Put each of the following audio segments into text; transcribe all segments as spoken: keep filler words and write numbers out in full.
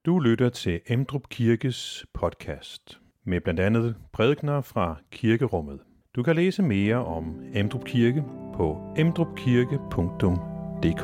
Du lytter til Emdrup Kirkes podcast med blandt andet prædikener fra kirkerummet. Du kan læse mere om Emdrup Kirke på emdrupkirke punktum d k.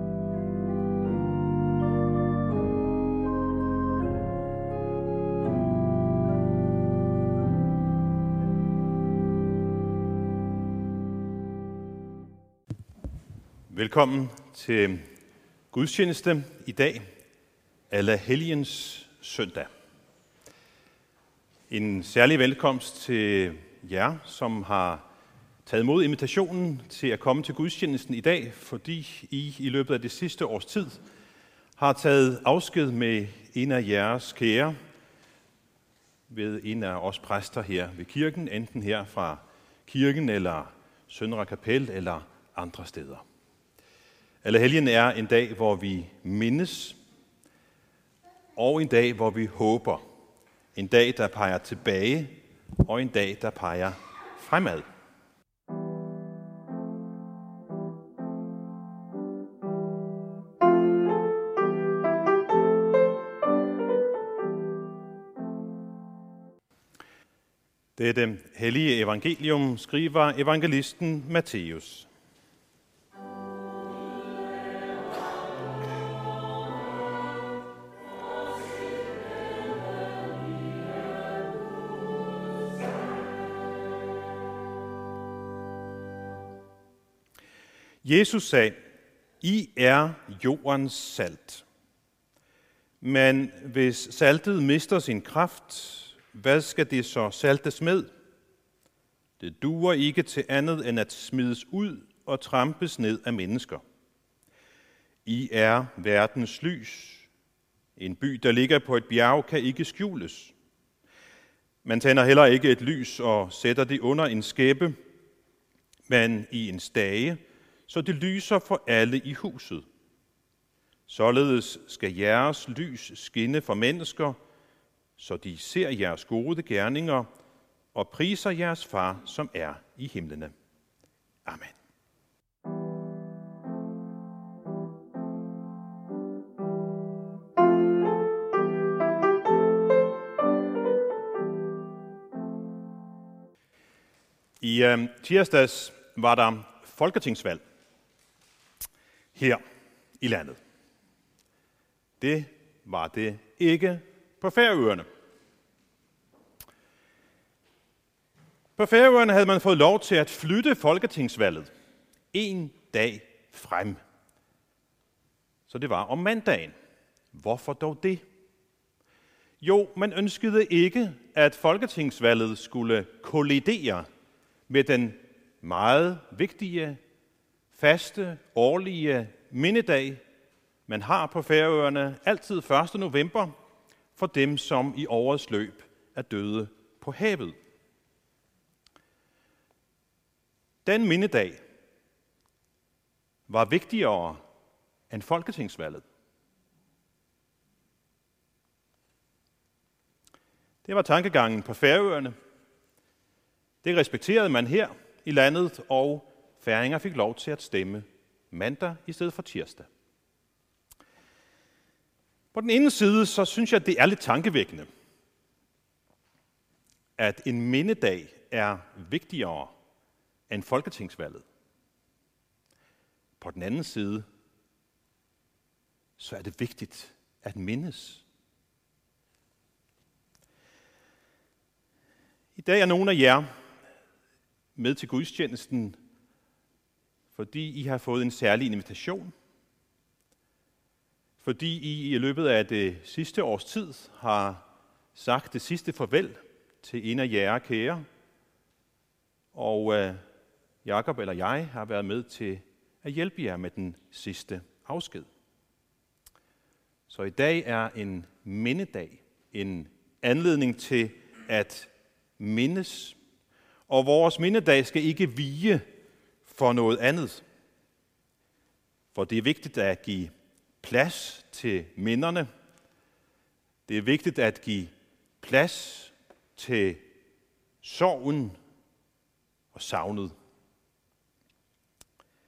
Velkommen til gudstjeneste i dag, Allehelgens søndag. En særlig velkomst til jer, som har taget imod invitationen til at komme til gudstjenesten i dag, fordi I i løbet af det sidste års tid har taget afsked med en af jeres kære ved en af os præster her ved kirken, enten her fra kirken eller Søndre Kapel eller andre steder. Allehelgen er en dag, hvor vi mindes, og en dag, hvor vi håber. En dag, der peger tilbage, og en dag, der peger fremad. Dette hellige evangelium skriver evangelisten Matthæus. Jesus sagde, I er jordens salt. Men hvis saltet mister sin kraft, hvad skal det så saltes med? Det duer ikke til andet end at smides ud og trampes ned af mennesker. I er verdens lys. En by, der ligger på et bjerg, kan ikke skjules. Man tænder heller ikke et lys og sætter det under en skæppe, men i en stage, så det lyser for alle i huset. Således skal jeres lys skinne for mennesker, så de ser jeres gode gerninger og priser jeres far, som er i himlene. Amen. I øh, tirsdags var der folketingsvalg her i landet. Det var det ikke på Færøerne. På Færøerne havde man fået lov til at flytte folketingsvalget en dag frem. Så det var om mandagen. Hvorfor dog det? Jo, man ønskede ikke, at folketingsvalget skulle kollidere med den meget vigtige, faste, årlige mindedag, man har på Færøerne altid første november for dem, som i årets løb er døde på havet. Den mindedag var vigtigere end folketingsvalget. Det var tankegangen på Færøerne. Det respekterede man her i landet, og færinger fik lov til at stemme mandag i stedet for tirsdag. På den ene side, så synes jeg, det er lidt tankevækkende, at en mindedag er vigtigere end folketingsvalget. På den anden side, så er det vigtigt at mindes. I dag er nogle af jer med til gudstjenesten, fordi I har fået en særlig invitation, fordi I i løbet af det sidste års tid har sagt det sidste farvel til en af jer kære, og uh, Jakob eller jeg har været med til at hjælpe jer med den sidste afsked. Så i dag er en mindedag, en anledning til at mindes, og vores mindedag skal ikke vige for noget andet. For det er vigtigt at give plads til minderne. Det er vigtigt at give plads til sorgen og savnet.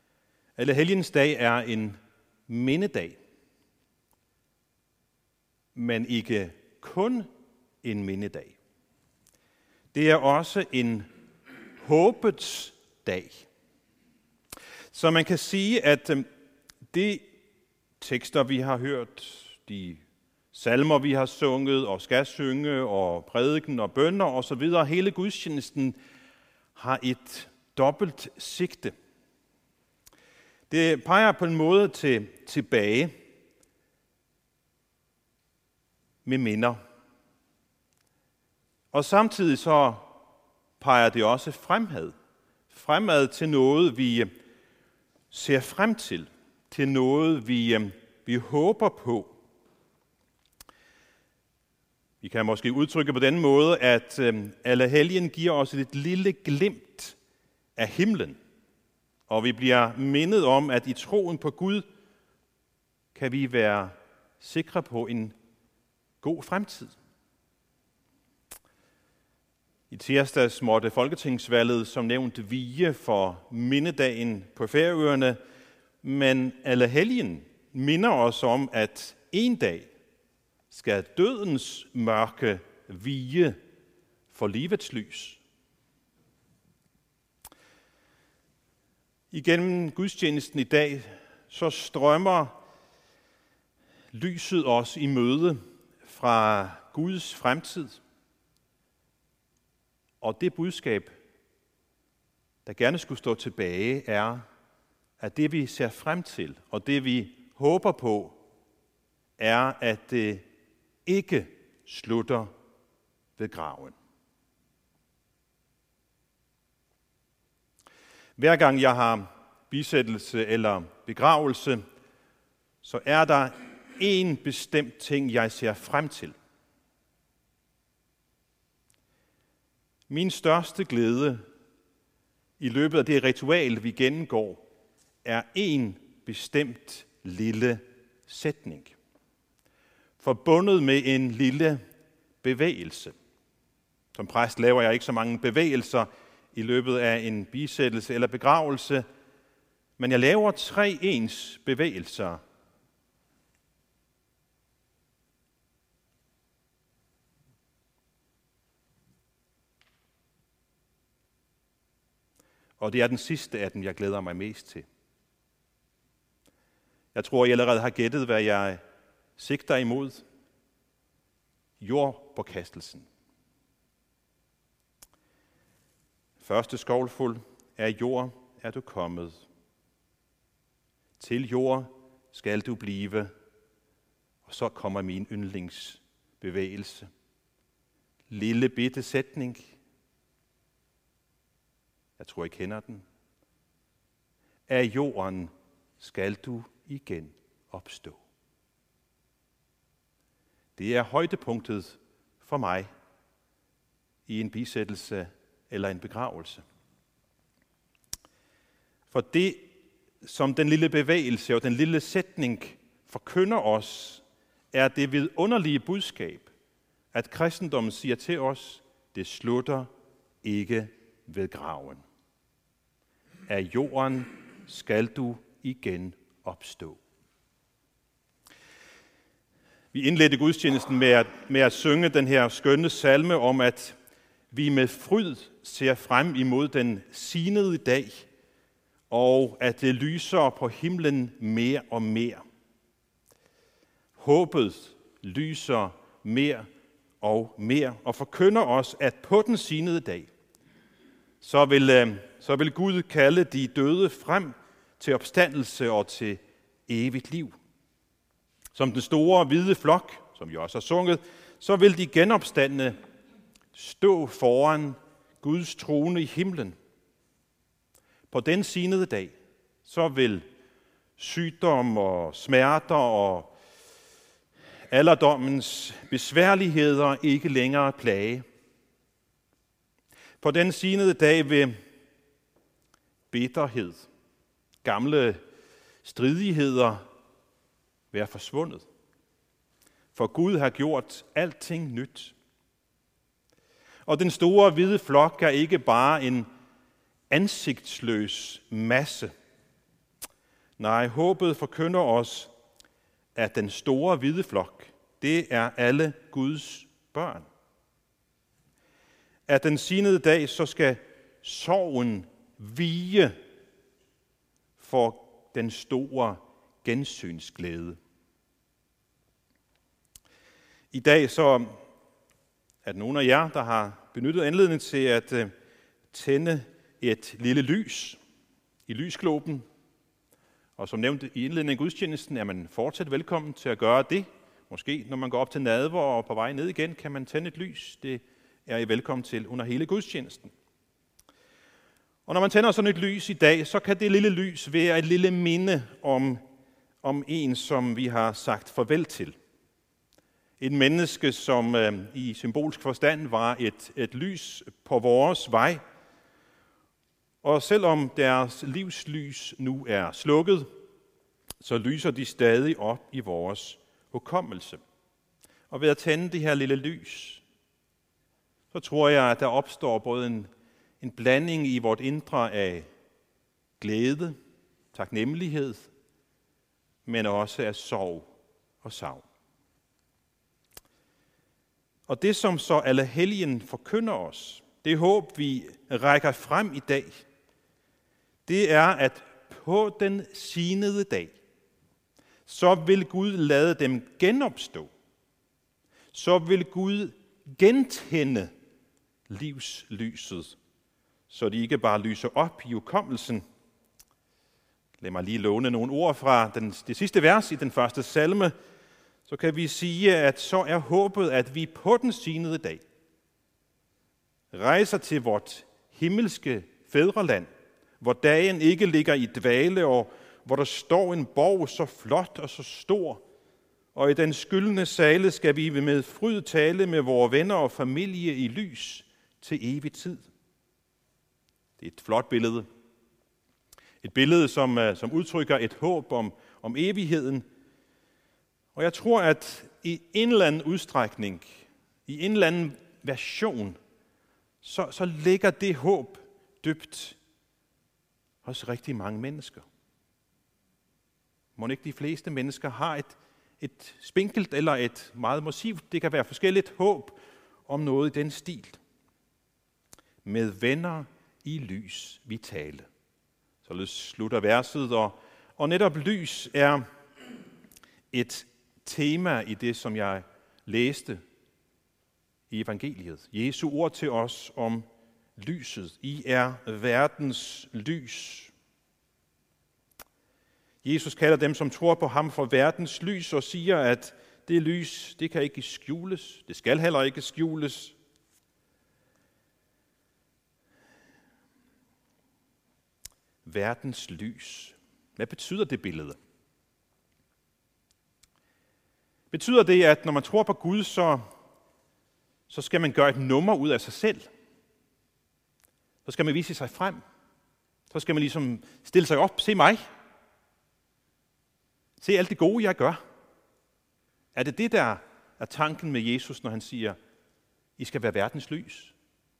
Allehelgens dag er en mindedag. men ikke kun en mindedag. Det er også en håbets dag. Så man kan sige, at de tekster, vi har hørt, de salmer, vi har sunget og skal synge, og prædiken og bønner osv., hele gudstjenesten har et dobbelt sigte. Det peger på en måde til tilbage med minder. Og samtidig så peger det også fremad. Fremad til noget, vi ser frem til. Til noget, vi, vi håber på. Vi kan måske udtrykke på den måde, at Allehelgen giver os et lille glimt af himlen. Og vi bliver mindet om, at i troen på Gud kan vi være sikre på en god fremtid. I tirsdags måtte folketingsvalget som nævnt vige for mindedagen på Færøerne, men Allehelgen minder os om, at en dag skal dødens mørke vige for livets lys. Igennem gudstjenesten i dag, så strømmer lyset os i møde fra Guds fremtid. Og det budskab, der gerne skulle stå tilbage, er, at det vi ser frem til, og det vi håber på, er, at det ikke slutter ved graven. Hver gang jeg har bisættelse eller begravelse, så er der en bestemt ting, jeg ser frem til. Min største glæde i løbet af det ritual, vi gennemgår, er en bestemt lille sætning, forbundet med en lille bevægelse. Som præst laver jeg ikke så mange bevægelser i løbet af en bisættelse eller begravelse, men jeg laver tre ens bevægelser. Og det er den sidste af dem, jeg glæder mig mest til. Jeg tror, I allerede har gættet, hvad jeg sigter imod. Jordpåkastelsen. Første skovlfuld af jord er du kommet. Til jord skal du blive. Og så kommer min yndlingsbevægelse. Lille bitte sætning. Jeg tror, I kender den. Af jorden skal du igen opstå. Det er højdepunktet for mig i en bisættelse eller en begravelse. For det, som den lille bevægelse og den lille sætning forkynder os, er det vidunderlige budskab, at kristendommen siger til os, det slutter ikke ved graven. Af jorden skal du igen opstå. Vi indledte gudstjenesten med at, med at synge den her skønne salme om, at vi med fryd ser frem imod den signede dag, og at det lyser på himlen mere og mere. Håbet lyser mere og mere, og forkynder os, at på den signede dag, så vil, så vil Gud kalde de døde frem til opstandelse og til evigt liv. Som den store hvide flok, som vi også har sunget, så vil de genopstandne stå foran Guds trone i himlen. På den signede dag, så vil sygdom og smerter og alderdommens besværligheder ikke længere plage. På den signede dag vil bitterhed, gamle stridigheder være forsvundet. For Gud har gjort alting nyt. Og den store hvide flok er ikke bare en ansigtsløs masse. Nej, håbet forkynder os, at den store hvide flok det er alle Guds børn. At den sinede dag, så skal sorgen vige for den store gensynsglæde. I dag så er der nogle af jer, der har benyttet anledningen til at uh, tænde et lille lys i lysgloben. Og som nævnt i indledningen af gudstjenesten, er man fortsat velkommen til at gøre det. Måske når man går op til nadver og på vej ned igen, kan man tænde et lys. Det er I velkommen til under hele gudstjenesten. Og når man tænder sådan et lys i dag, så kan det lille lys være et lille minde om, om en, som vi har sagt farvel til. Et menneske, som øh, i symbolsk forstand var et, et lys på vores vej. Og selvom deres livslys nu er slukket, så lyser de stadig op i vores hukommelse. Og ved at tænde det her lille lys, så tror jeg, at der opstår både en, en blanding i vort indre af glæde, taknemmelighed, men også af sorg og savn. Og det, som så Allehelgen forkynder os, det håb, vi rækker frem i dag, det er, at på den sinede dag, så vil Gud lade dem genopstå. Så vil Gud gentænde livslyset, så de ikke bare lyser op i hukommelsen. Lad mig lige låne nogle ord fra den, det sidste vers i den første salme. Så kan vi sige, at så er håbet, at vi på den sinede dag rejser til vort himmelske fædreland, hvor dagen ikke ligger i dvale, og hvor der står en borg så flot og så stor, og i den skyldne sale skal vi med fryd tale med vores venner og familie i lys til evig tid. Det er et flot billede. Et billede, som, som udtrykker et håb om, om evigheden. Og jeg tror, at i en eller anden udstrækning, i en eller anden version, så, så ligger det håb dybt hos rigtig mange mennesker. Må ikke de fleste mennesker har et, et spinkelt eller et meget massivt, det kan være forskelligt håb om noget i den stil. Med venner i lys vi tale. Så slutter verset, og, og netop lys er et tema i det, som jeg læste i evangeliet. Jesu ord til os om lyset. I er verdens lys. Jesus kalder dem, som tror på ham, for verdens lys og siger, at det lys, det kan ikke skjules. Det skal heller ikke skjules. Verdens lys. Hvad betyder det billede? Betyder det, at når man tror på Gud, så, så skal man gøre et nummer ud af sig selv? Så skal man vise sig frem? Så skal man ligesom stille sig op. Se mig. Se alt det gode, jeg gør. Er det det, der er tanken med Jesus, når han siger, I skal være verdens lys?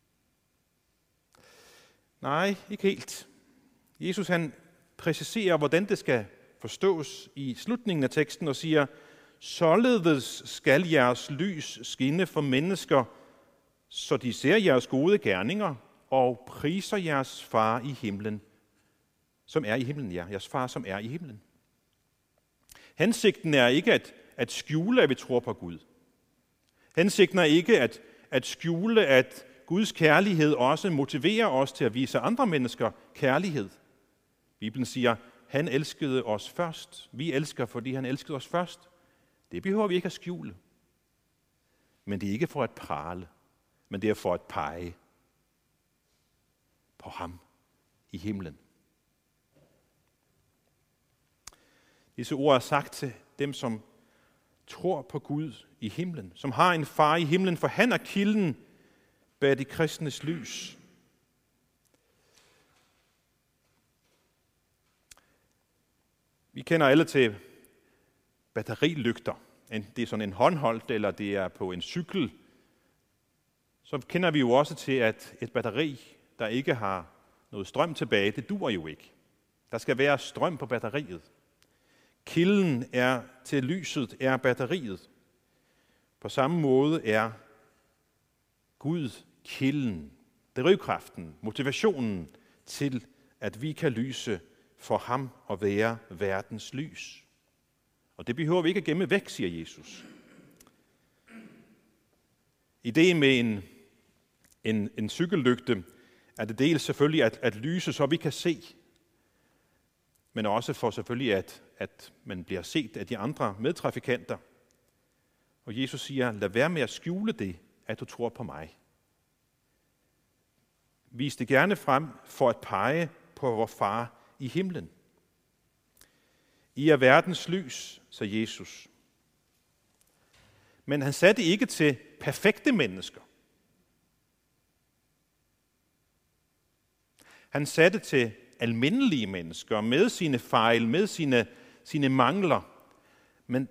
Nej, ikke helt. Jesus han præciserer, hvordan det skal forstås i slutningen af teksten og siger, således skal jeres lys skinne for mennesker, så de ser jeres gode gerninger og priser jeres far i himlen, som er i himlen, ja, jeres far, som er i himlen. Hensigten er ikke at, at skjule, at vi tror på Gud. Hensigten er ikke at, at skjule, at Guds kærlighed også motiverer os til at vise andre mennesker kærlighed. Bibelen siger, han elskede os først. Vi elsker, fordi han elskede os først. Det behøver vi ikke at skjule. Men det er ikke for at prale, men det er for at pege på ham i himlen. Disse ord er sagt til dem, som tror på Gud i himlen, som har en far i himlen, for han er kilden bag de kristnes lys. Vi kender alle til batterilygter. Det er sådan en håndholdt, eller det er på en cykel. Så kender vi jo også til, at et batteri, der ikke har noget strøm tilbage, det duer jo ikke. Der skal være strøm på batteriet. Kilden er til lyset er batteriet. På samme måde er Gud kilden, drivkraften, motivationen til, at vi kan lyse for ham og være verdens lys. Og det behøver vi ikke at gemme væk, siger Jesus. Ideen med en, en, en cykellygte er det dels selvfølgelig at, at lyse, så vi kan se, men også for selvfølgelig, at, at man bliver set af de andre medtrafikanter. Og Jesus siger, lad være med at skjule det, at du tror på mig. Vis det gerne frem for at pege på vor far i himlen. I er verdens lys, sagde Jesus. Men han sagde det ikke til perfekte mennesker. Han sagde det til almindelige mennesker med sine fejl, med sine, sine mangler. Men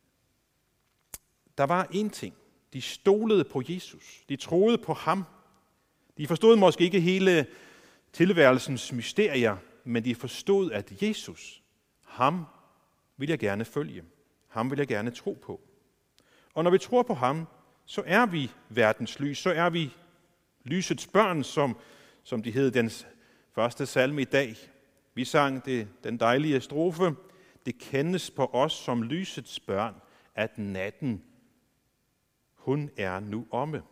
der var én ting. De stolede på Jesus. De troede på ham. De forstod måske ikke hele tilværelsens mysterier, men de forstod, at Jesus, ham vil jeg gerne følge. Ham vil jeg gerne tro på. Og når vi tror på ham, så er vi verdens lys. Så er vi lysets børn, som, som de hed den første salme i dag. Vi sang det, den dejlige strofe. Det kendes på os som lysets børn, at natten, hun er nu omme.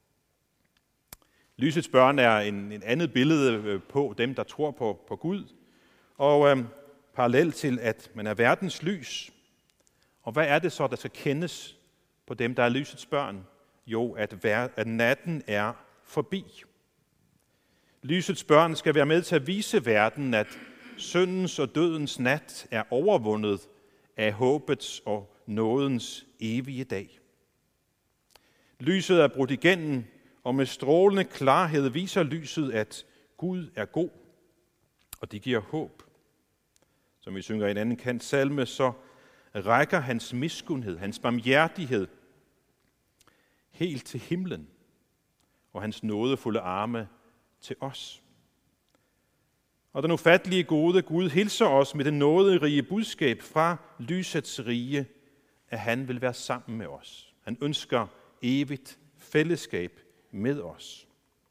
Lysets børn er en, en andet billede på dem, der tror på, på Gud. Og øh, parallelt til, at man er verdens lys. Og hvad er det så, der skal kendes på dem, der er lysets børn? Jo, at, vær, at natten er forbi. Lysets børn skal være med til at vise verden, at syndens og dødens nat er overvundet af håbets og nådens evige dag. Lyset er brudt igennem, og med strålende klarhed viser lyset, at Gud er god, og det giver håb. Som vi synger i en anden kendt salme, så rækker hans miskunnhed, hans barmhjertighed helt til himlen, og hans nådefulde arme til os. Og den ufattelige gode Gud hilser os med det nåderige budskab fra lysets rige, at han vil være sammen med os. Han ønsker evigt fællesskab med os.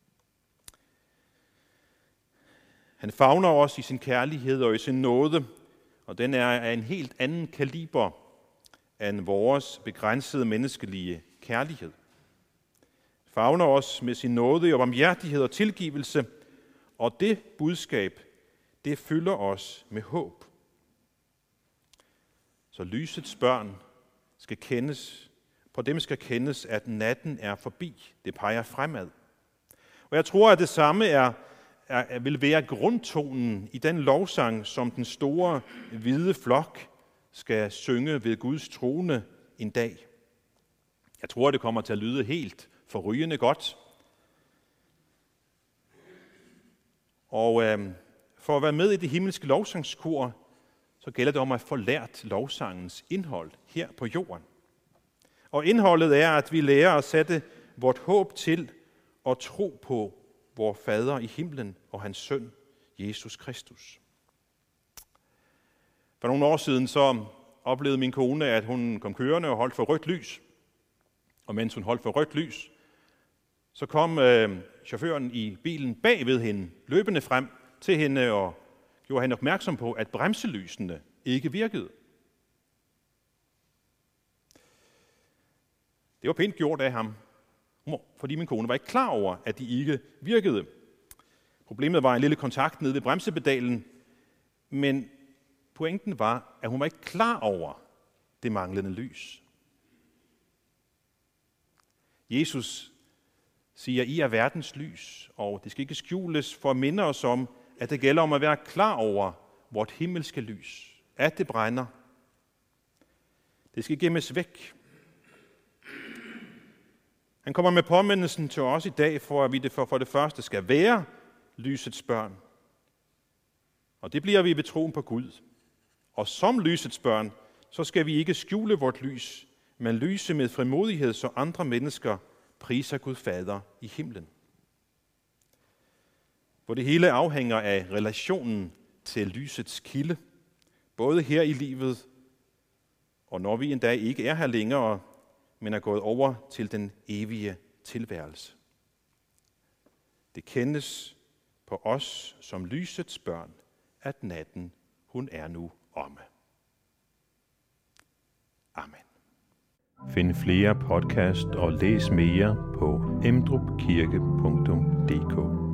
Han favner os i sin kærlighed og i sin nåde, og den er af en helt anden kaliber end vores begrænsede menneskelige kærlighed. Favner os med sin nåde og barmhjertighed og tilgivelse, og det budskab, det fylder os med håb. Så lysets børn skal kendes, på dem skal kendes, at natten er forbi. Det peger fremad. Og jeg tror, at det samme er, er, vil være grundtonen i den lovsang, som den store hvide flok skal synge ved Guds trone en dag. Jeg tror, det kommer til at lyde helt forrygende godt. Og øh, for at være med i det himmelske lovsangskor, så gælder det om at få lært lovsangens indhold her på jorden. Og indholdet er, at vi lærer at sætte vort håb til og tro på vor Fader i himlen og hans søn, Jesus Kristus. For nogle år siden så oplevede min kone, at hun kom kørende og holdt for rødt lys. Og mens hun holdt for rødt lys, så kom øh, chaufføren i bilen bag ved hende, løbende frem til hende og gjorde hende opmærksom på, at bremselysene ikke virkede. Det var pænt gjort af ham, fordi min kone var ikke klar over, at de ikke virkede. Problemet var en lille kontakt nede ved bremsepedalen, men pointen var, at hun var ikke klar over det manglende lys. Jesus siger, I er verdens lys, og det skal ikke skjules for at minde os om, at det gælder om at være klar over vort himmelske lys, at det brænder. Det skal gemmes væk. Han kommer med påmindelsen til os i dag, for at vi det for, for det første skal være lysets børn. Og det bliver vi ved troen på Gud. Og som lysets børn, så skal vi ikke skjule vort lys, men lyse med frimodighed, så andre mennesker priser Gud Fader i himlen. Hvor det hele afhænger af relationen til lysets kilde, både her i livet, og når vi en dag ikke er her længere, men er gået over til den evige tilværelse. Det kendes på os som lysets børn, at natten, hun er nu omme. Amen. Find flere podcast og læs mere på emdrupkirke punktum d k.